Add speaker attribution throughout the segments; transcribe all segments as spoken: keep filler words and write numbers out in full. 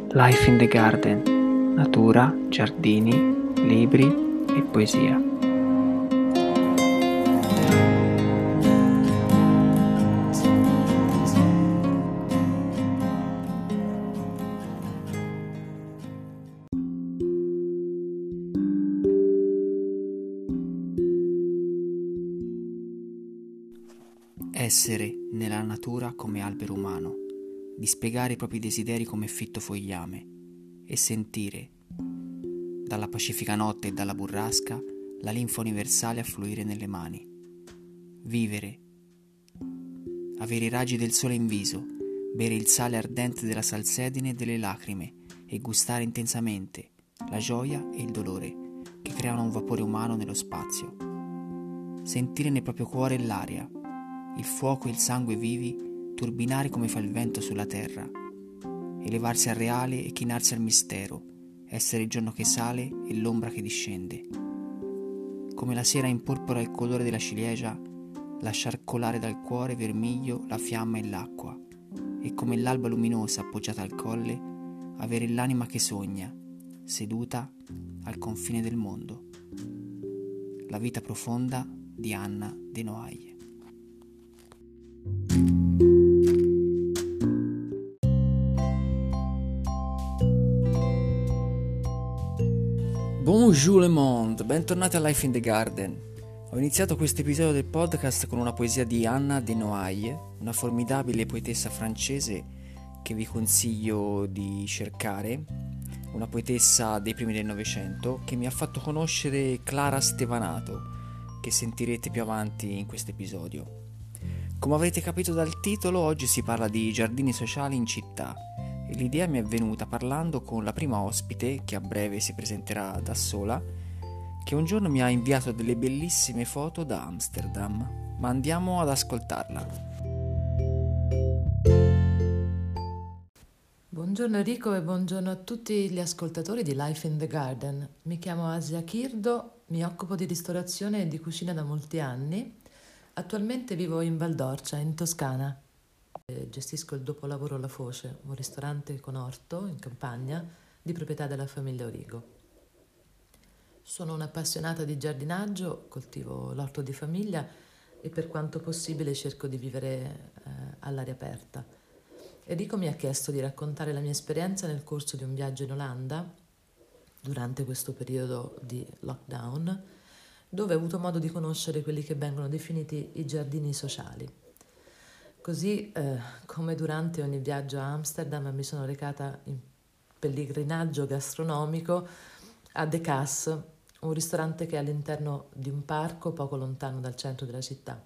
Speaker 1: Life in the Garden, natura, giardini, libri e poesia. Essere nella natura come albero umano, dispiegare i propri desideri come fitto fogliame e sentire, dalla pacifica notte e dalla burrasca, la linfa universale affluire nelle mani. Vivere, avere i raggi del sole in viso, bere il sale ardente della salsedine e delle lacrime e gustare intensamente la gioia e il dolore che creano un vapore umano nello spazio. Sentire nel proprio cuore l'aria, il fuoco e il sangue vivi turbinare come fa il vento sulla terra, elevarsi al reale e chinarsi al mistero, essere il giorno che sale e l'ombra che discende. Come la sera imporpora il colore della ciliegia, lasciar colare dal cuore vermiglio la fiamma e l'acqua, e come l'alba luminosa appoggiata al colle, avere l'anima che sogna, seduta al confine del mondo. La vita profonda di Anna de Noailles. Bonjour le monde, bentornati a Life in the Garden. Ho iniziato questo episodio del podcast con una poesia di Anna de Noailles, una formidabile poetessa francese che vi consiglio di cercare, una poetessa dei primi del Novecento che mi ha fatto conoscere Clara Stevanato, che sentirete più avanti in questo episodio. Come avrete capito dal titolo, oggi si parla di giardini sociali in città. E l'idea mi è venuta parlando con la prima ospite, che a breve si presenterà da sola, che un giorno mi ha inviato delle bellissime foto da Amsterdam. Ma andiamo ad ascoltarla.
Speaker 2: Buongiorno Enrico e buongiorno a tutti gli ascoltatori di Life in the Garden. Mi chiamo Asia Kirdo, mi occupo di ristorazione e di cucina da molti anni. Attualmente vivo in Valdorcia, in Toscana. Gestisco il dopolavoro La Foce, un ristorante con orto in campagna di proprietà della famiglia Origo. Sono un'appassionata di giardinaggio, coltivo l'orto di famiglia e per quanto possibile cerco di vivere eh, all'aria aperta. Enrico mi ha chiesto di raccontare la mia esperienza nel corso di un viaggio in Olanda durante questo periodo di lockdown, dove ho avuto modo di conoscere quelli che vengono definiti i giardini sociali. Così eh, come durante ogni viaggio a Amsterdam mi sono recata in pellegrinaggio gastronomico a De Cas, un ristorante che è all'interno di un parco poco lontano dal centro della città.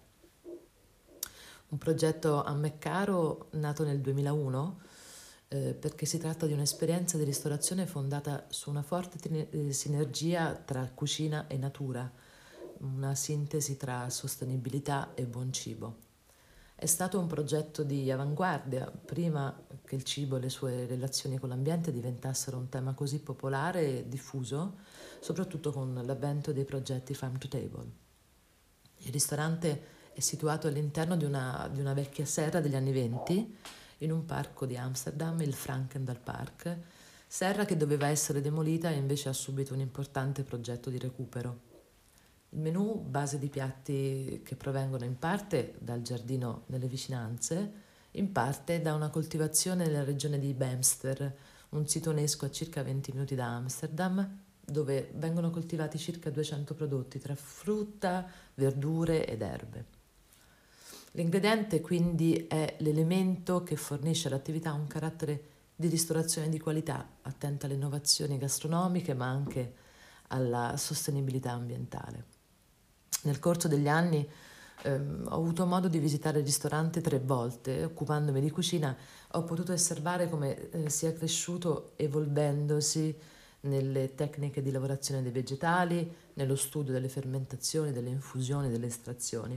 Speaker 2: Un progetto a me caro, nato nel duemilauno, eh, perché si tratta di un'esperienza di ristorazione fondata su una forte tine- eh, sinergia tra cucina e natura, una sintesi tra sostenibilità e buon cibo. È stato un progetto di avanguardia, prima che il cibo e le sue relazioni con l'ambiente diventassero un tema così popolare e diffuso, soprattutto con l'avvento dei progetti Farm to Table. Il ristorante è situato all'interno di una, di una vecchia serra degli anni venti, in un parco di Amsterdam, il Frankendal Park, serra che doveva essere demolita e invece ha subito un importante progetto di recupero. Il menù, base di piatti che provengono in parte dal giardino nelle vicinanze, in parte da una coltivazione nella regione di Bemster, un sito UNESCO a circa venti minuti da Amsterdam, dove vengono coltivati circa duecento prodotti tra frutta, verdure ed erbe. L'ingrediente quindi è l'elemento che fornisce all'attività un carattere di ristorazione di qualità, attenta alle innovazioni gastronomiche ma anche alla sostenibilità ambientale. Nel corso degli anni ehm, ho avuto modo di visitare il ristorante tre volte. Occupandomi di cucina ho potuto osservare come eh, sia cresciuto evolvendosi nelle tecniche di lavorazione dei vegetali, nello studio delle fermentazioni, delle infusioni, delle estrazioni.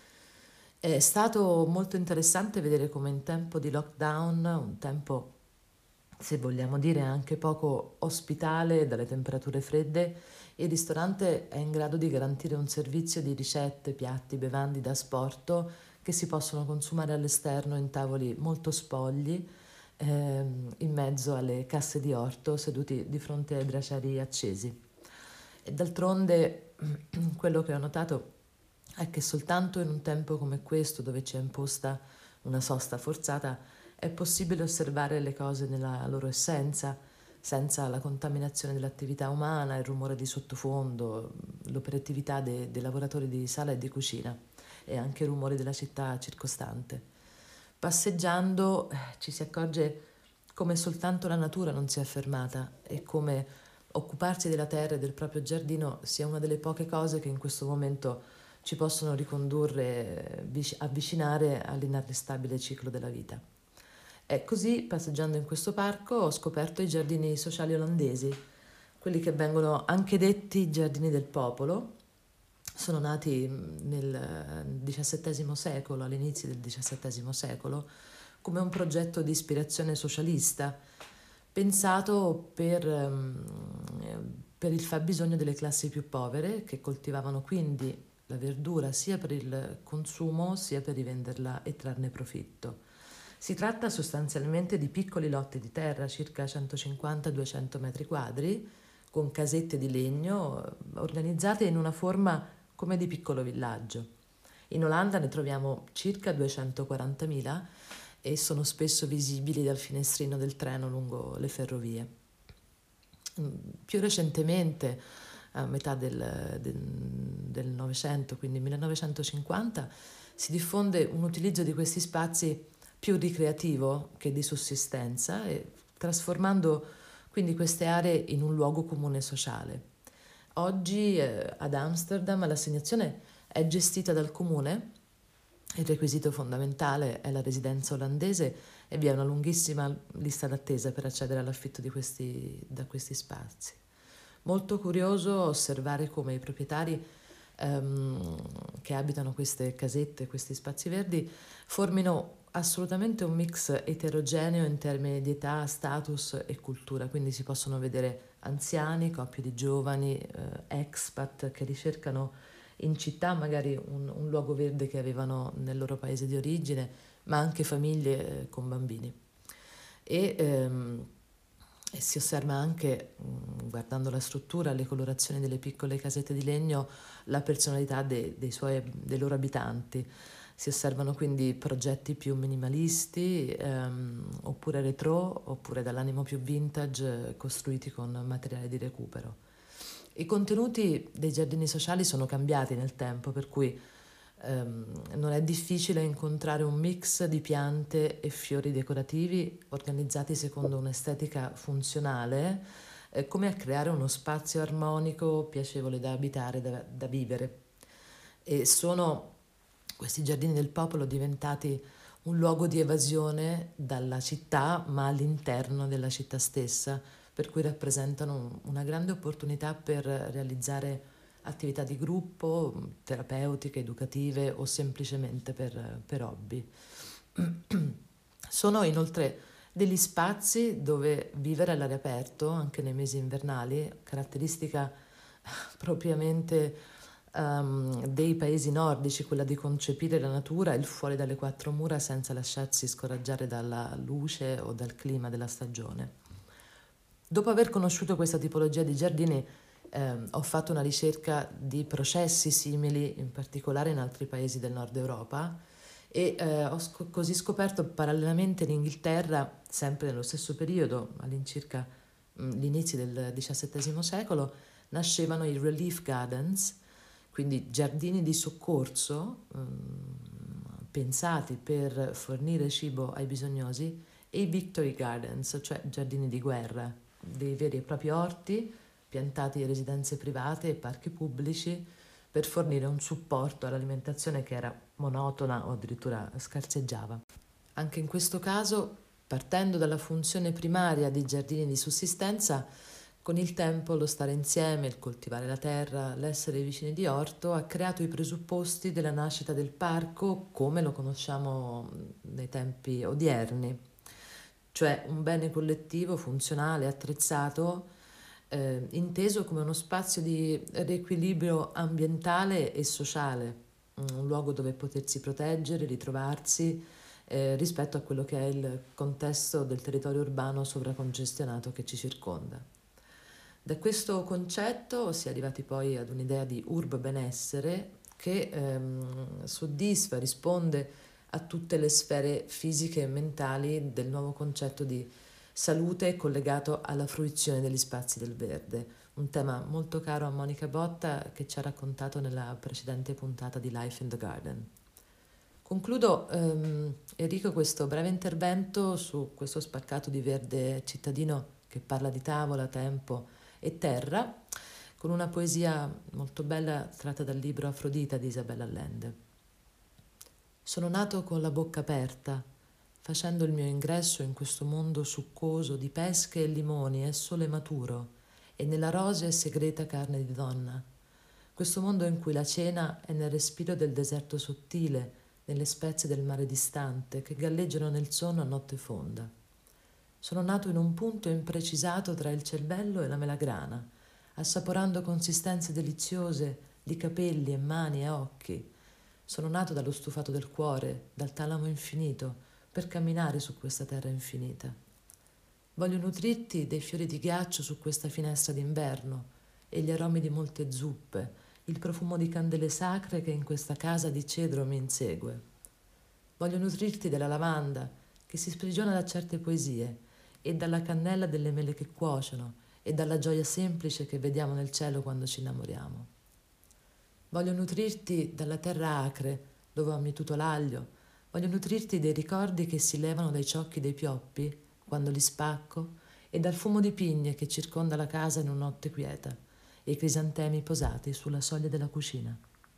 Speaker 2: È stato molto interessante vedere come in tempo di lockdown, un tempo, se vogliamo dire, anche poco ospitale dalle temperature fredde, il ristorante è in grado di garantire un servizio di ricette, piatti, bevande da asporto che si possono consumare all'esterno in tavoli molto spogli, ehm, in mezzo alle casse di orto, seduti di fronte ai bracieri accesi. E d'altronde quello che ho notato è che soltanto in un tempo come questo, dove ci è imposta una sosta forzata, è possibile osservare le cose nella loro essenza, senza la contaminazione dell'attività umana, il rumore di sottofondo, l'operatività dei, dei lavoratori di sala e di cucina e anche i rumori della città circostante. Passeggiando eh, ci si accorge come soltanto la natura non si è fermata e come occuparsi della terra e del proprio giardino sia una delle poche cose che in questo momento ci possono ricondurre, vic- avvicinare all'inarrestabile ciclo della vita. E così, passeggiando in questo parco, ho scoperto i giardini sociali olandesi, quelli che vengono anche detti giardini del popolo. Sono nati nel diciassettesimo secolo, all'inizio del diciassettesimo secolo, come un progetto di ispirazione socialista, pensato per, um, per il fabbisogno delle classi più povere, che coltivavano quindi la verdura sia per il consumo sia per rivenderla e trarne profitto. Si tratta sostanzialmente di piccoli lotti di terra, circa centocinquanta duecento metri quadri, con casette di legno organizzate in una forma come di piccolo villaggio. In Olanda ne troviamo circa duecentoquarantamila e sono spesso visibili dal finestrino del treno lungo le ferrovie. Più recentemente, a metà del, del, del Novecento, quindi millenovecentocinquanta, si diffonde un utilizzo di questi spazi più ricreativo che di sussistenza, e trasformando quindi queste aree in un luogo comune sociale. Oggi eh, ad Amsterdam l'assegnazione è gestita dal comune, il requisito fondamentale è la residenza olandese e vi è una lunghissima lista d'attesa per accedere all'affitto di questi, da questi spazi. Molto curioso osservare come i proprietari ehm, che abitano queste casette, questi spazi verdi, formino assolutamente un mix eterogeneo in termini di età, status e cultura, quindi si possono vedere anziani, coppie di giovani, eh, expat che ricercano in città magari un, un luogo verde che avevano nel loro paese di origine, ma anche famiglie eh, con bambini. E, ehm, e si osserva anche, mh, guardando la struttura, le colorazioni delle piccole casette di legno, la personalità de, dei, suoi, dei loro abitanti. Si osservano quindi progetti più minimalisti, ehm, oppure retro, oppure dall'animo più vintage, costruiti con materiale di recupero. I contenuti dei giardini sociali sono cambiati nel tempo, per cui ehm, non è difficile incontrare un mix di piante e fiori decorativi organizzati secondo un'estetica funzionale, eh, come a creare uno spazio armonico, piacevole da abitare, da, da vivere. E sono questi giardini del popolo diventati un luogo di evasione dalla città, ma all'interno della città stessa, per cui rappresentano una grande opportunità per realizzare attività di gruppo, terapeutiche, educative o semplicemente per, per hobby. Sono inoltre degli spazi dove vivere all'aria aperto, anche nei mesi invernali, caratteristica propriamente um, dei paesi nordici, quella di concepire la natura il fuori dalle quattro mura senza lasciarsi scoraggiare dalla luce o dal clima della stagione. Dopo aver conosciuto questa tipologia di giardini, eh, ho fatto una ricerca di processi simili, in particolare in altri paesi del nord Europa, e eh, ho sc- così scoperto parallelamente in Inghilterra, sempre nello stesso periodo, all'incirca mh, l'inizio del diciassettesimo secolo, nascevano i relief gardens, quindi giardini di soccorso mh, pensati per fornire cibo ai bisognosi, e i victory gardens, cioè giardini di guerra, dei veri e propri orti piantati in residenze private e parchi pubblici per fornire un supporto all'alimentazione che era monotona o addirittura scarseggiava. Anche in questo caso, partendo dalla funzione primaria di giardini di sussistenza, con il tempo lo stare insieme, il coltivare la terra, l'essere vicini di orto ha creato i presupposti della nascita del parco come lo conosciamo nei tempi odierni, cioè un bene collettivo funzionale, attrezzato, eh, inteso come uno spazio di riequilibrio ambientale e sociale, un luogo dove potersi proteggere, ritrovarsi eh, rispetto a quello che è il contesto del territorio urbano sovracongestionato che ci circonda. Da questo concetto si è arrivati poi ad un'idea di urb benessere che ehm, soddisfa, risponde a tutte le sfere fisiche e mentali del nuovo concetto di salute collegato alla fruizione degli spazi del verde, un tema molto caro a Monica Botta che ci ha raccontato nella precedente puntata di Life in the Garden. Concludo, ehm, Enrico, questo breve intervento su questo spaccato di verde cittadino che parla di tavola, tempo e terra, con una poesia molto bella tratta dal libro Afrodita di Isabella Allende. Sono nato con la bocca aperta, facendo il mio ingresso in questo mondo succoso di pesche e limoni e sole maturo, e nella rosea e segreta carne di donna. Questo mondo in cui la cena è nel respiro del deserto sottile, nelle spezie del mare distante, che galleggiano nel sonno a notte fonda. Sono nato in un punto imprecisato tra il cervello e la melagrana, assaporando consistenze deliziose di capelli e mani e occhi. Sono nato dallo stufato del cuore, dal talamo infinito, per camminare su questa terra infinita. Voglio nutrirti dei fiori di ghiaccio su questa finestra d'inverno e gli aromi di molte zuppe, il profumo di candele sacre che in questa casa di cedro mi insegue. Voglio nutrirti della lavanda che si sprigiona da certe poesie e dalla cannella delle mele che cuociono e dalla gioia semplice che vediamo nel cielo quando ci innamoriamo. Voglio nutrirti dalla terra acre dove ho mietuto l'aglio, voglio nutrirti dei ricordi che si levano dai ciocchi dei pioppi quando li spacco e dal fumo di pigne che circonda la casa in una notte quieta e i crisantemi posati sulla soglia della cucina.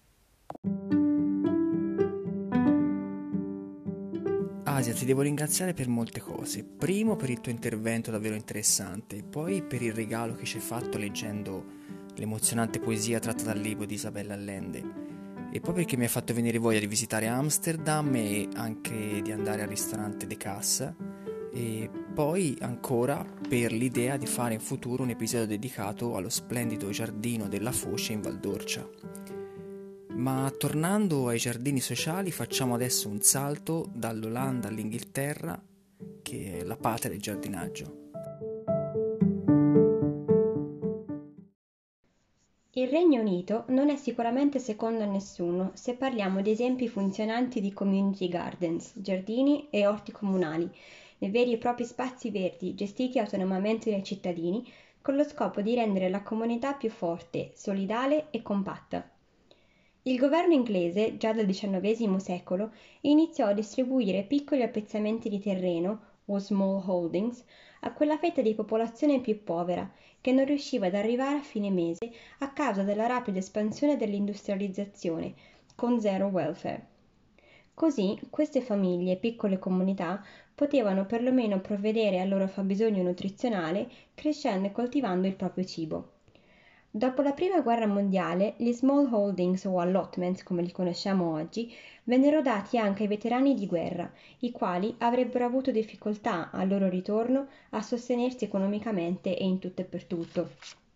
Speaker 1: Asia, ti devo ringraziare per molte cose. Primo per il tuo intervento davvero interessante, poi per il regalo che ci hai fatto leggendo l'emozionante poesia tratta dal libro di Isabella Allende, e poi perché mi hai fatto venire voglia di visitare Amsterdam e anche di andare al ristorante De Cassa, e poi ancora per l'idea di fare in futuro un episodio dedicato allo splendido giardino della Foce in Val d'Orcia. Ma tornando ai giardini sociali, facciamo adesso un salto dall'Olanda all'Inghilterra, che è la patria del giardinaggio.
Speaker 3: Il Regno Unito non è sicuramente secondo a nessuno se parliamo di esempi funzionanti di community gardens, giardini e orti comunali, nei veri e propri spazi verdi gestiti autonomamente dai cittadini con lo scopo di rendere la comunità più forte, solidale e compatta. Il governo inglese, già dal diciannovesimo secolo, iniziò a distribuire piccoli appezzamenti di terreno, o small holdings, a quella fetta di popolazione più povera, che non riusciva ad arrivare a fine mese a causa della rapida espansione dell'industrializzazione, con zero welfare. Così queste famiglie e piccole comunità potevano perlomeno provvedere al loro fabbisogno nutrizionale crescendo e coltivando il proprio cibo. Dopo la prima guerra mondiale, gli small holdings o allotments, come li conosciamo oggi, vennero dati anche ai veterani di guerra, i quali avrebbero avuto difficoltà al loro ritorno a sostenersi economicamente e in tutto e per tutto.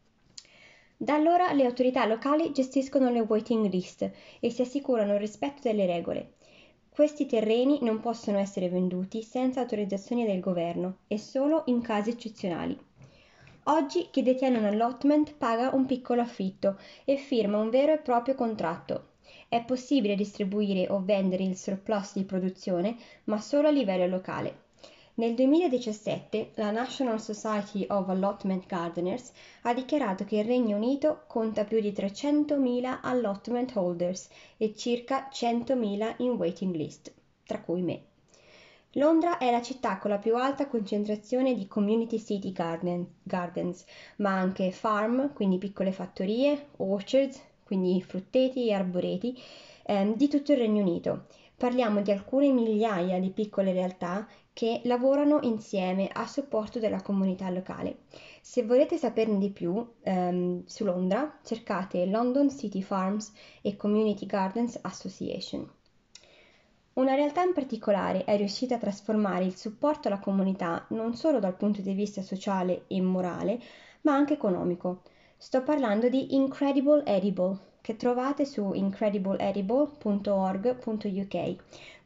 Speaker 3: Da allora le autorità locali gestiscono le waiting list e si assicurano il rispetto delle regole. Questi terreni non possono essere venduti senza autorizzazione del governo e solo in casi eccezionali. Oggi chi detiene un allotment paga un piccolo affitto e firma un vero e proprio contratto. È possibile distribuire o vendere il surplus di produzione, ma solo a livello locale. Nel duemiladiciassette la National Society of Allotment Gardeners ha dichiarato che il Regno Unito conta più di trecentomila allotment holders e circa centomila in waiting list, tra cui me. Londra è la città con la più alta concentrazione di community city garden, gardens, ma anche farm, quindi piccole fattorie, orchards, quindi frutteti e arboreti, ehm, di tutto il Regno Unito. Parliamo di alcune migliaia di piccole realtà che lavorano insieme a supporto della comunità locale. Se volete saperne di più ehm, su Londra, cercate London City Farms e Community Gardens Association. Una realtà in particolare è riuscita a trasformare il supporto alla comunità non solo dal punto di vista sociale e morale, ma anche economico. Sto parlando di Incredible Edible, che trovate su incredible edible punto org punto u k.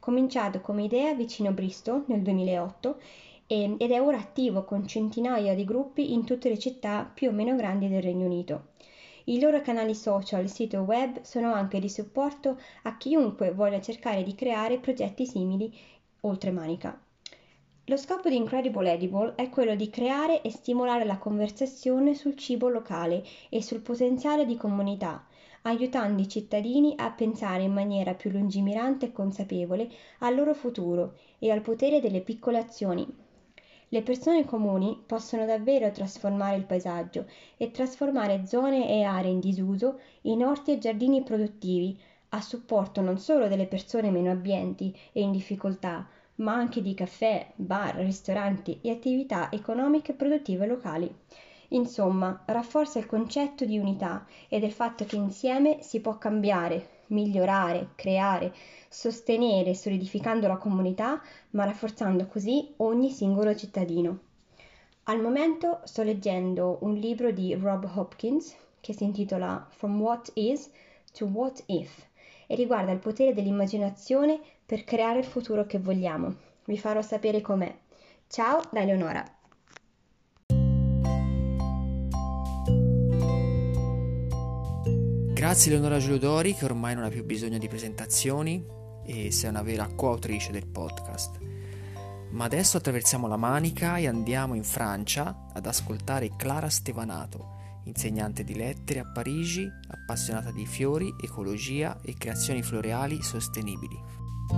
Speaker 3: Cominciato come idea vicino Bristol nel duemilaotto e- ed è ora attivo con centinaia di gruppi in tutte le città più o meno grandi del Regno Unito. I loro canali social e sito web sono anche di supporto a chiunque voglia cercare di creare progetti simili oltre Manica. Lo scopo di Incredible Edible è quello di creare e stimolare la conversazione sul cibo locale e sul potenziale di comunità, aiutando i cittadini a pensare in maniera più lungimirante e consapevole al loro futuro e al potere delle piccole azioni. Le persone comuni possono davvero trasformare il paesaggio e trasformare zone e aree in disuso in orti e giardini produttivi, a supporto non solo delle persone meno abbienti e in difficoltà, ma anche di caffè, bar, ristoranti e attività economiche e produttive locali. Insomma, rafforza il concetto di unità e del fatto che insieme si può cambiare, migliorare, creare, sostenere, solidificando la comunità, ma rafforzando così ogni singolo cittadino. Al momento sto leggendo un libro di Rob Hopkins che si intitola From What Is to What If e riguarda il potere dell'immaginazione per creare il futuro che vogliamo. Vi farò sapere com'è. Ciao da Eleonora.
Speaker 1: Grazie Leonora Giulodori, che ormai non ha più bisogno di presentazioni e sei una vera coautrice del podcast. Ma adesso attraversiamo la Manica e andiamo in Francia ad ascoltare Clara Stevanato, insegnante di lettere a Parigi, appassionata di fiori, ecologia e creazioni floreali sostenibili.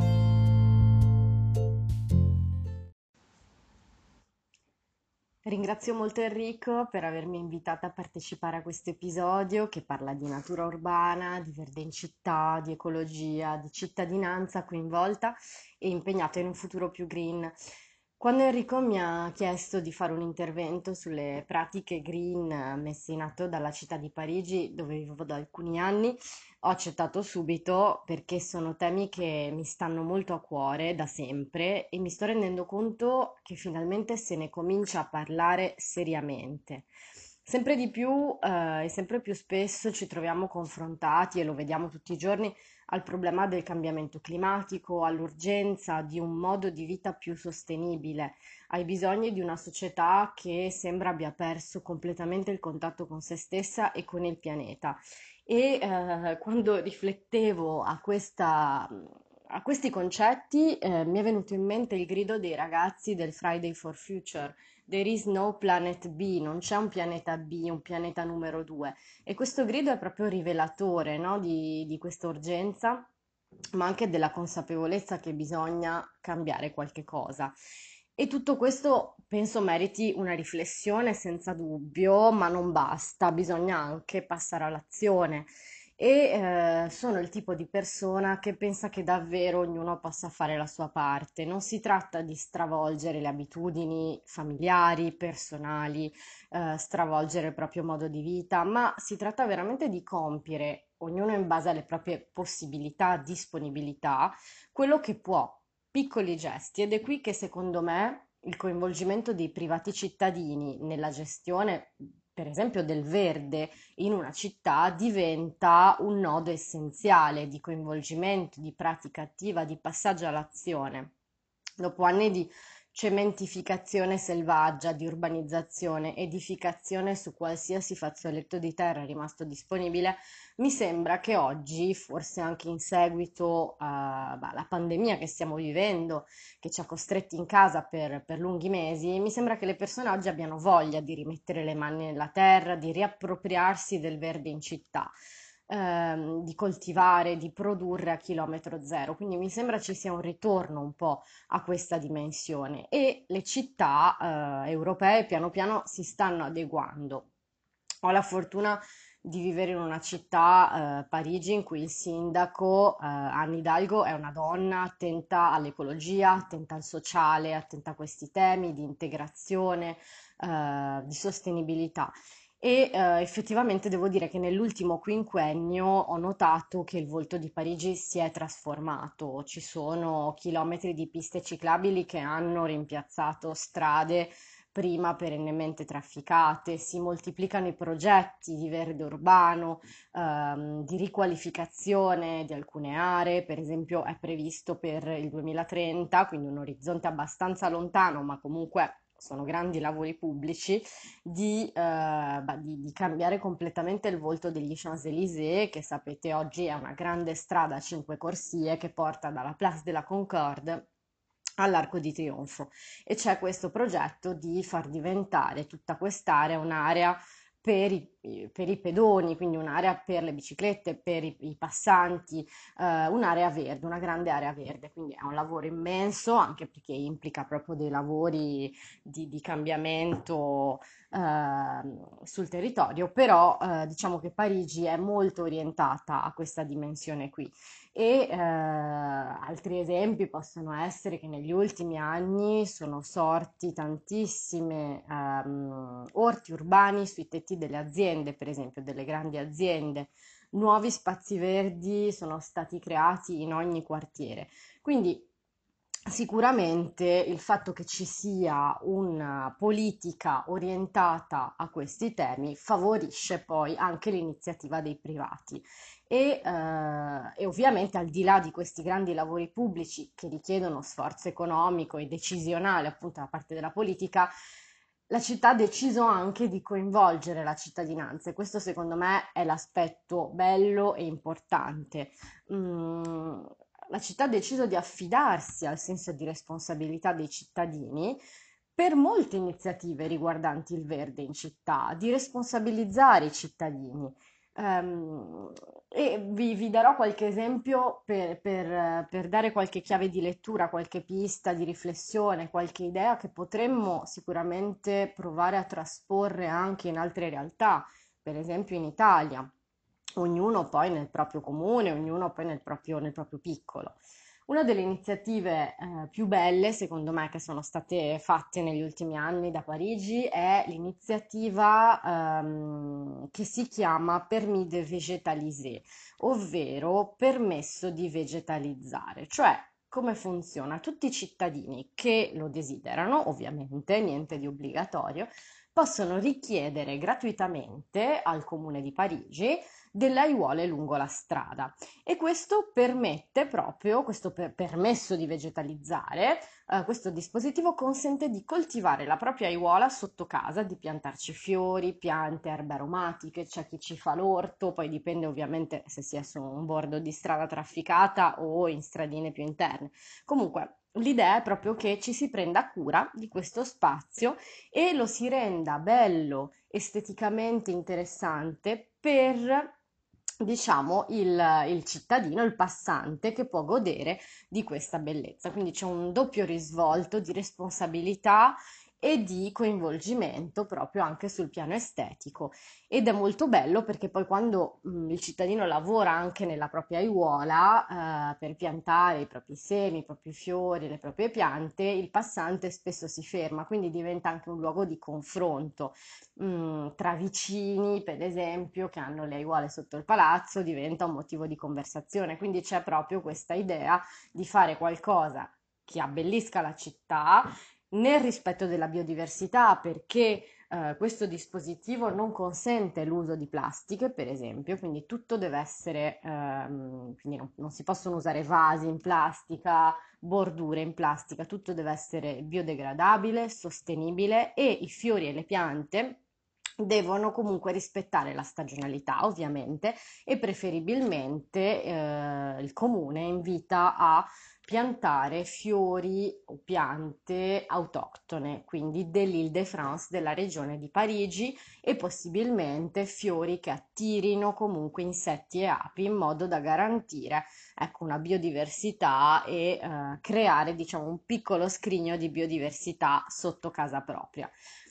Speaker 4: Ringrazio molto Enrico per avermi invitata a partecipare a questo episodio che parla di natura urbana, di verde in città, di ecologia, di cittadinanza coinvolta e impegnata in un futuro più green. Quando Enrico mi ha chiesto di fare un intervento sulle pratiche green messe in atto dalla città di Parigi, dove vivo da alcuni anni, ho accettato subito perché sono temi che mi stanno molto a cuore da sempre e mi sto rendendo conto che finalmente se ne comincia a parlare seriamente. Sempre di più eh, e sempre più spesso ci troviamo confrontati, e lo vediamo tutti i giorni, al problema del cambiamento climatico, all'urgenza di un modo di vita più sostenibile, ai bisogni di una società che sembra abbia perso completamente il contatto con se stessa e con il pianeta. E eh, quando riflettevo a questa, a questi concetti, eh, mi è venuto in mente il grido dei ragazzi del Friday for Future. There is no planet B, non c'è un pianeta B, un pianeta numero due. E questo grido è proprio rivelatore, no, di, di questa urgenza, ma anche della consapevolezza che bisogna cambiare qualche cosa. E tutto questo penso meriti una riflessione senza dubbio, ma non basta, bisogna anche passare all'azione. E eh, sono il tipo di persona che pensa che davvero ognuno possa fare la sua parte. Non si tratta di stravolgere le abitudini familiari, personali, eh, stravolgere il proprio modo di vita, ma si tratta veramente di compiere, ognuno in base alle proprie possibilità, disponibilità, quello che può, piccoli gesti. Ed è qui che secondo me il coinvolgimento dei privati cittadini nella gestione, per esempio, del verde in una città diventa un nodo essenziale di coinvolgimento, di pratica attiva, di passaggio all'azione. Dopo anni di cementificazione selvaggia, di urbanizzazione, edificazione su qualsiasi fazzoletto di terra rimasto disponibile, mi sembra che oggi, forse anche in seguito alla pandemia che stiamo vivendo, che ci ha costretti in casa per, per lunghi mesi, mi sembra che le persone oggi abbiano voglia di rimettere le mani nella terra, di riappropriarsi del verde in città. Ehm, di coltivare, di produrre a chilometro zero, quindi mi sembra ci sia un ritorno un po' a questa dimensione e le città eh, europee piano piano si stanno adeguando. Ho la fortuna di vivere in una città, eh, Parigi, in cui il sindaco, eh, Anne Hidalgo, è una donna attenta all'ecologia, attenta al sociale, attenta a questi temi di integrazione, eh, di sostenibilità. E eh, effettivamente devo dire che nell'ultimo quinquennio ho notato che il volto di Parigi si è trasformato. Ci sono chilometri di piste ciclabili che hanno rimpiazzato strade prima perennemente trafficate, si moltiplicano i progetti di verde urbano, ehm, di riqualificazione di alcune aree, per esempio è previsto per il duemilatrenta, quindi un orizzonte abbastanza lontano, ma comunque sono grandi lavori pubblici, di, eh, bah, di, di cambiare completamente il volto degli Champs-Élysées, che sapete oggi è una grande strada a cinque corsie che porta dalla Place de la Concorde all'Arco di Trionfo, e c'è questo progetto di far diventare tutta quest'area un'area per i, per i pedoni, quindi un'area per le biciclette, per i, i passanti, eh, un'area verde, una grande area verde, quindi è un lavoro immenso anche perché implica proprio dei lavori di, di cambiamento eh, sul territorio, però eh, diciamo che Parigi è molto orientata a questa dimensione qui. E eh, altri esempi possono essere che negli ultimi anni sono sorti tantissime ehm, orti urbani sui tetti delle aziende, per esempio delle grandi aziende. Nuovi spazi verdi sono stati creati in ogni quartiere. Quindi sicuramente il fatto che ci sia una politica orientata a questi temi favorisce poi anche l'iniziativa dei privati. E, eh, e ovviamente al di là di questi grandi lavori pubblici che richiedono sforzo economico e decisionale appunto da parte della politica, la città ha deciso anche di coinvolgere la cittadinanza, e questo secondo me è l'aspetto bello e importante. Mm, la città ha deciso di affidarsi al senso di responsabilità dei cittadini per molte iniziative riguardanti il verde in città, di responsabilizzare i cittadini. Ehm, e vi, vi darò qualche esempio per, per- per dare qualche chiave di lettura, qualche pista di riflessione, qualche idea che potremmo sicuramente provare a trasporre anche in altre realtà, per esempio in Italia, ognuno poi nel proprio comune, ognuno poi nel proprio, nel proprio piccolo. Una delle iniziative eh, più belle, secondo me, che sono state fatte negli ultimi anni da Parigi è l'iniziativa ehm, che si chiama Permis de végétaliser, ovvero permesso di vegetalizzare, cioè come funziona? Tutti i cittadini che lo desiderano, ovviamente, niente di obbligatorio, possono richiedere gratuitamente al Comune di Parigi delle aiuole lungo la strada, e questo permette proprio, questo per- permesso di vegetalizzare, eh, questo dispositivo consente di coltivare la propria aiuola sotto casa, di piantarci fiori, piante, erbe aromatiche, c'è chi ci fa l'orto, poi dipende ovviamente se si è su un bordo di strada trafficata o in stradine più interne. Comunque, l'idea è proprio che ci si prenda cura di questo spazio e lo si renda bello, esteticamente interessante per, diciamo, il, il cittadino, il passante che può godere di questa bellezza. Quindi c'è un doppio risvolto di responsabilità e di coinvolgimento proprio anche sul piano estetico, ed è molto bello perché poi quando mh, il cittadino lavora anche nella propria aiuola eh, per piantare i propri semi, i propri fiori, le proprie piante, il passante spesso si ferma, quindi diventa anche un luogo di confronto mh, tra vicini, per esempio, che hanno le aiuole sotto il palazzo, diventa un motivo di conversazione. Quindi c'è proprio questa idea di fare qualcosa che abbellisca la città nel rispetto della biodiversità, perché eh, questo dispositivo non consente l'uso di plastiche, per esempio, quindi tutto deve essere, ehm, quindi non, non si possono usare vasi in plastica, bordure in plastica, tutto deve essere biodegradabile, sostenibile, e i fiori e le piante devono comunque rispettare la stagionalità, ovviamente, e preferibilmente eh, il comune invita a piantare fiori o piante autoctone, quindi dell'Île-de-France, della regione di Parigi, e possibilmente fiori che attirino comunque insetti e api in modo da garantire, ecco, una biodiversità e eh, creare, diciamo, un piccolo scrigno di biodiversità sotto casa propria.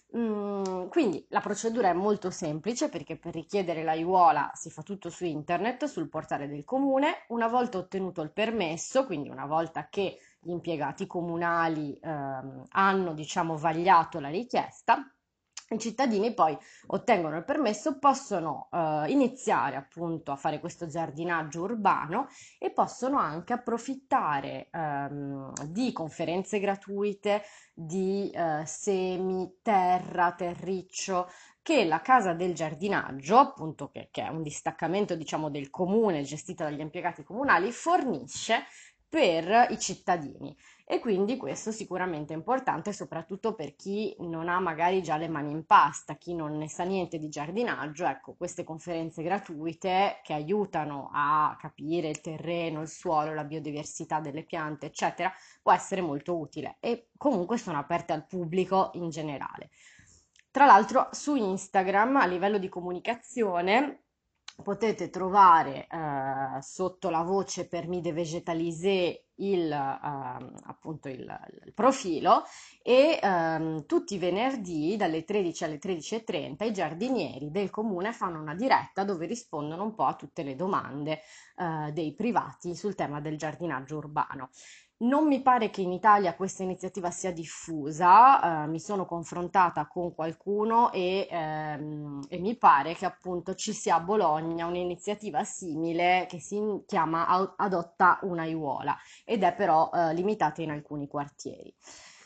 Speaker 4: Mm, quindi la procedura è molto semplice perché per richiedere l'aiuola si fa tutto su internet, sul portale del comune. Una volta ottenuto il permesso, quindi una volta che gli impiegati comunali ehm, hanno, diciamo, vagliato la richiesta, I cittadini poi ottengono il permesso, possono eh, iniziare appunto a fare questo giardinaggio urbano e possono anche approfittare ehm, di conferenze gratuite, di eh, semi, terra, terriccio che la casa del giardinaggio, appunto che, che è un distaccamento diciamo del comune gestita dagli impiegati comunali, fornisce per i cittadini. E quindi questo sicuramente è importante, soprattutto per chi non ha magari già le mani in pasta, chi non ne sa niente di giardinaggio. Ecco, queste conferenze gratuite che aiutano a capire il terreno, il suolo, la biodiversità delle piante, eccetera, può essere molto utile e comunque sono aperte al pubblico in generale. Tra l'altro su Instagram a livello di comunicazione potete trovare eh, sotto la voce Permis de végétaliser il, ehm, appunto il, il profilo e ehm, tutti i venerdì dalle tredici alle tredici e trenta i giardinieri del comune fanno una diretta dove rispondono un po' a tutte le domande eh, dei privati sul tema del giardinaggio urbano. Non mi pare che in Italia questa iniziativa sia diffusa, eh, mi sono confrontata con qualcuno e, ehm, e mi pare che appunto ci sia a Bologna un'iniziativa simile che si chiama Au- Adotta un'aiuola ed è però eh, limitata in alcuni quartieri.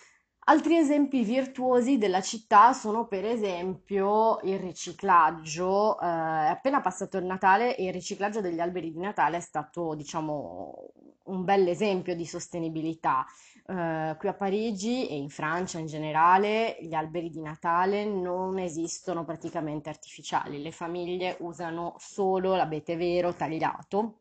Speaker 4: Altri esempi virtuosi della città sono per esempio il riciclaggio. Eh, è appena passato il Natale e il riciclaggio degli alberi di Natale è stato, diciamo, un bel esempio di sostenibilità. Eh, qui a Parigi e in Francia in generale gli alberi di Natale non esistono praticamente artificiali, le famiglie usano solo l'abete vero tagliato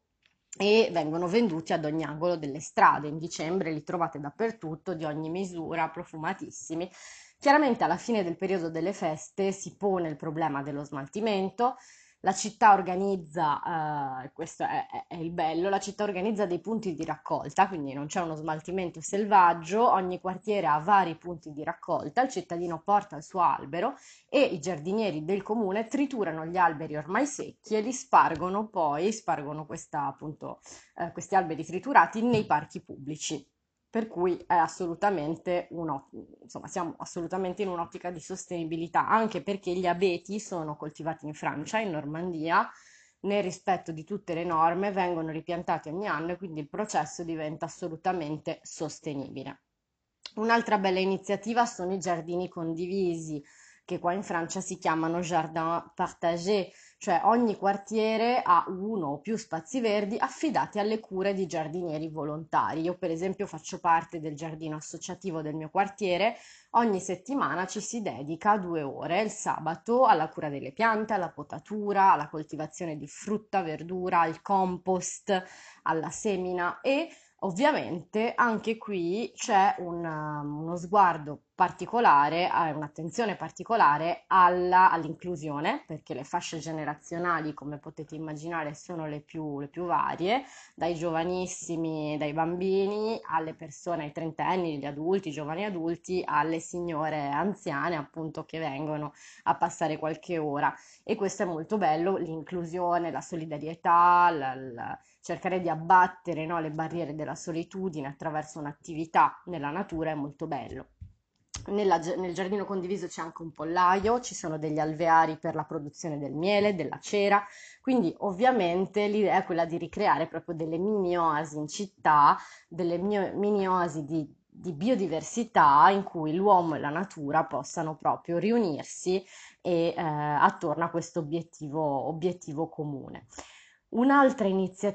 Speaker 4: e vengono venduti ad ogni angolo delle strade. In dicembre li trovate dappertutto, di ogni misura, profumatissimi. Chiaramente alla fine del periodo delle feste si pone il problema dello smaltimento. La città organizza, eh, questo è, è- è il bello, la città organizza dei punti di raccolta, quindi non c'è uno smaltimento selvaggio, ogni quartiere ha vari punti di raccolta, il cittadino porta il suo albero e i giardinieri del comune triturano gli alberi ormai secchi e li spargono poi, spargono questa, appunto, eh, questi alberi triturati nei parchi pubblici. Per cui è assolutamente uno, insomma, siamo assolutamente in un'ottica di sostenibilità, anche perché gli abeti sono coltivati in Francia, in Normandia, nel rispetto di tutte le norme, vengono ripiantati ogni anno e quindi il processo diventa assolutamente sostenibile. Un'altra bella iniziativa sono i giardini condivisi, che qua in Francia si chiamano jardin partagé, cioè ogni quartiere ha uno o più spazi verdi affidati alle cure di giardinieri volontari. Io per esempio faccio parte del giardino associativo del mio quartiere, ogni settimana ci si dedica due ore il sabato alla cura delle piante, alla potatura, alla coltivazione di frutta, verdura, al compost, alla semina e ovviamente anche qui c'è un, um, uno sguardo particolare, eh, un'attenzione particolare alla- all'inclusione, perché le fasce generazionali, come potete immaginare, sono le più, le più varie, dai giovanissimi, dai bambini, alle persone, ai trentenni, gli adulti, i giovani adulti, alle signore anziane, appunto, che vengono a passare qualche ora. E questo è molto bello, l'inclusione, la solidarietà, la- la- cercare di abbattere, no, le barriere della solitudine attraverso un'attività nella natura è molto bello. Nella- nel giardino condiviso c'è anche un pollaio, ci sono degli alveari per la produzione del miele, della cera, quindi ovviamente l'idea è quella di ricreare proprio delle mini oasi in città, delle mio- mini oasi di, di biodiversità in cui l'uomo e la natura possano proprio riunirsi e eh, attorno a questo obiettivo, obiettivo comune. Un'altra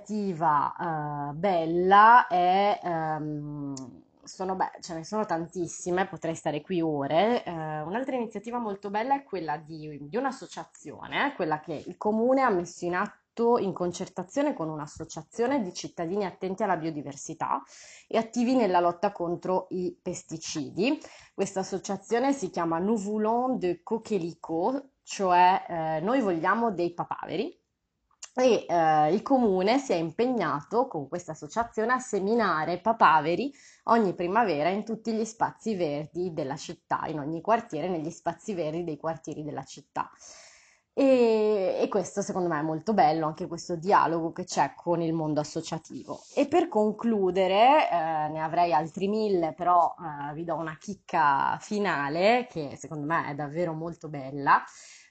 Speaker 4: iniziativa eh, bella è, ehm, sono, beh, ce ne sono tantissime, potrei stare qui ore. Eh, un'altra iniziativa molto bella è quella di, di un'associazione, quella che il comune ha messo in atto in concertazione con un'associazione di cittadini attenti alla biodiversità e attivi nella lotta contro i pesticidi. Questa associazione si chiama Nous voulons de coquelicots, cioè eh, noi vogliamo dei papaveri e eh, il comune si è impegnato con questa associazione a seminare papaveri ogni primavera in tutti gli spazi verdi della città, in ogni quartiere, negli spazi verdi dei quartieri della città. E, e questo secondo me è molto bello, anche questo dialogo che c'è con il mondo associativo. E per concludere, eh, ne avrei altri mille, però eh, vi do una chicca finale che secondo me è davvero molto bella.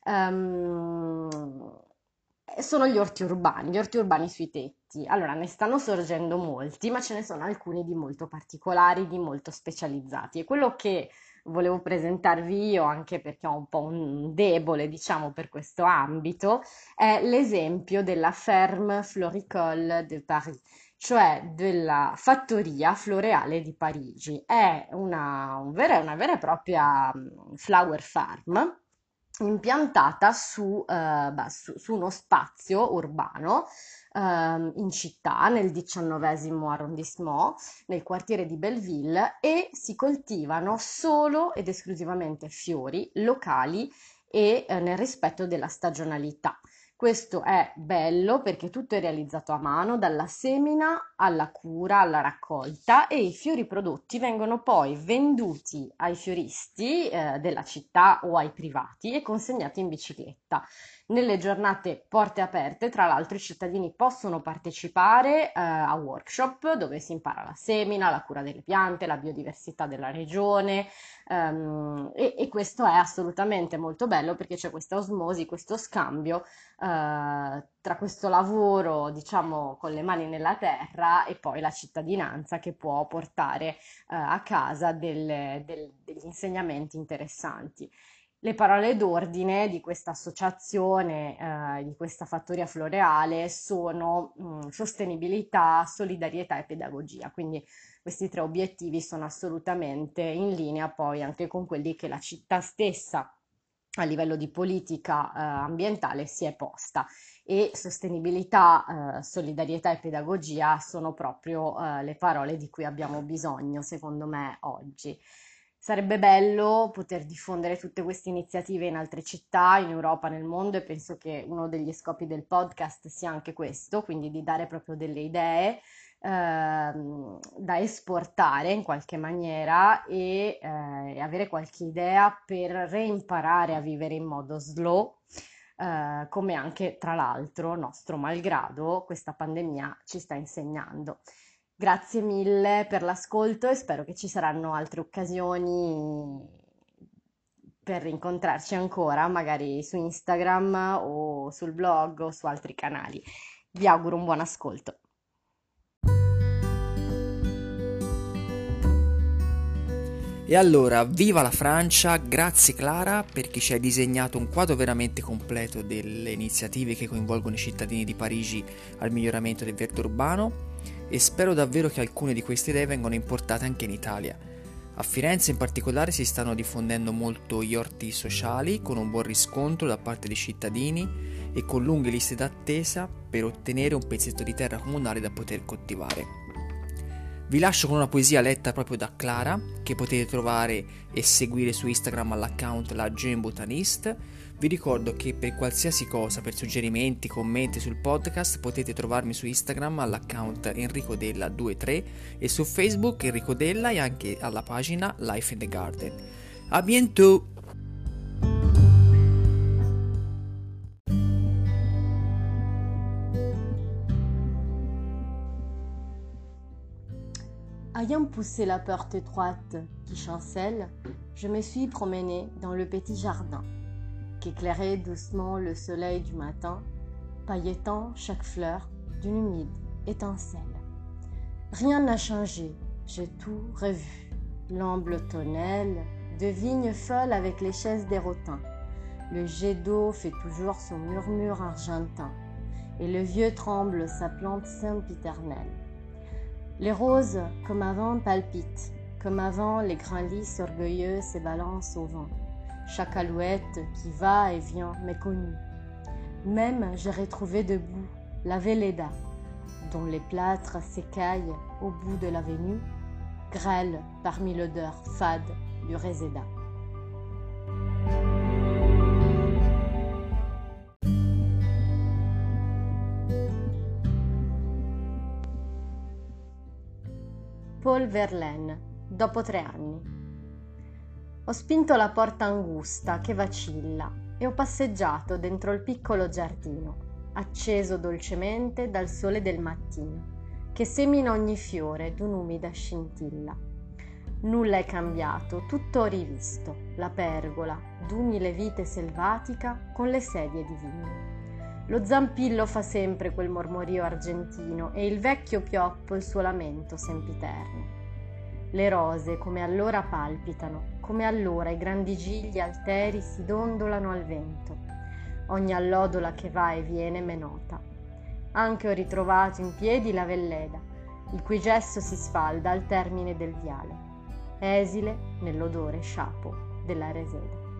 Speaker 4: Ehm, sono gli orti urbani, gli orti urbani sui tetti. Allora, ne stanno sorgendo molti, ma ce ne sono alcuni di molto particolari, di molto specializzati. E quello che volevo presentarvi io, anche perché ho un po' un debole, diciamo, per questo ambito, è l'esempio della Ferme Floricole de Paris, cioè della fattoria floreale di Parigi. È una, un vera- una vera e propria mm, flower farm impiantata su, eh, beh, su- su uno spazio urbano ehm, in città, nel diciannovesimo arrondissement, nel quartiere di Belleville, e si coltivano solo ed esclusivamente fiori locali e eh, nel rispetto della stagionalità. Questo è bello perché tutto è realizzato a mano, dalla semina alla cura, alla raccolta, e i fiori prodotti vengono poi venduti ai fioristi eh, della città o ai privati e consegnati in bicicletta. Nelle giornate porte aperte, tra l'altro, i cittadini possono partecipare eh, a workshop dove si impara la semina, la cura delle piante, la biodiversità della regione, ehm, e, e questo è assolutamente molto bello perché c'è questa osmosi, questo scambio eh, tra questo lavoro, diciamo, con le mani nella terra e poi la cittadinanza che può portare eh, a casa delle- del- degli insegnamenti interessanti. Le parole d'ordine di questa associazione, eh, di questa fattoria floreale sono mh, sostenibilità, solidarietà e pedagogia. Quindi questi tre obiettivi sono assolutamente in linea poi anche con quelli che la città stessa a livello di politica eh, ambientale si è posta. E sostenibilità, eh, solidarietà e pedagogia sono proprio eh, le parole di cui abbiamo bisogno, secondo me, oggi. Sarebbe bello poter diffondere tutte queste iniziative in altre città, in Europa, nel mondo, e penso che uno degli scopi del podcast sia anche questo, quindi di dare proprio delle idee ehm, da esportare in qualche maniera e eh, avere qualche idea per reimparare a vivere in modo slow, eh, come anche tra l'altro, nostro malgrado, questa pandemia ci sta insegnando. Grazie mille per l'ascolto e spero che ci saranno altre occasioni per incontrarci ancora, magari su Instagram o sul blog o su altri canali. Vi auguro un buon ascolto.
Speaker 1: E allora, viva la Francia, grazie Clara perché ci hai disegnato un quadro veramente completo delle iniziative che coinvolgono i cittadini di Parigi al miglioramento del verde urbano, e spero davvero che alcune di queste idee vengano importate anche in Italia. A Firenze in particolare si stanno diffondendo molto gli orti sociali con un buon riscontro da parte dei cittadini e con lunghe liste d'attesa per ottenere un pezzetto di terra comunale da poter coltivare. Vi lascio con una poesia letta proprio da Clara, che potete trovare e seguire su Instagram all'account La Jeune Botaniste. Vi ricordo che per qualsiasi cosa, per suggerimenti, commenti sul podcast, potete trovarmi su Instagram all'account Enrico Della ventitré e su Facebook Enrico Della e anche alla pagina Life in the Garden. A bientôt!
Speaker 4: Ayant poussé la porte étroite qui chancelle, je me suis promenée dans le petit jardin qu'éclairait doucement le soleil du matin, pailletant chaque fleur d'une humide étincelle. Rien n'a changé, j'ai tout revu. L'amble tonnelle de vignes folles avec les chaises des rotins. Le jet d'eau fait toujours son murmure argentin, et le vieux tremble sa plante sempiternelle. Les roses, comme avant, palpitent, comme avant, les grands lys orgueilleux se balancent au vent. Chaque alouette qui va et vient m'est connue. Même j'ai retrouvé debout la Véleda, dont les plâtres s'écaillent au bout de l'avenue, grêle parmi l'odeur fade du réséda. Paul Verlaine, dopo tre anni. Ho spinto la porta angusta che vacilla, e ho passeggiato dentro il piccolo giardino, acceso dolcemente dal sole del mattino, che semina ogni fiore d'un'umida scintilla. Nulla è cambiato, tutto ho rivisto, la pergola, d'umile vite selvatica con le sedie di vigno. Lo zampillo fa sempre quel mormorio argentino e il vecchio pioppo il suo lamento sempiterno. Le rose come allora palpitano, come allora i grandi gigli alteri si dondolano al vento. Ogni allodola che va e viene m'è nota. Anche ho ritrovato in piedi la velleda, il cui gesso si sfalda al termine del viale, esile nell'odore sciapo della reseda.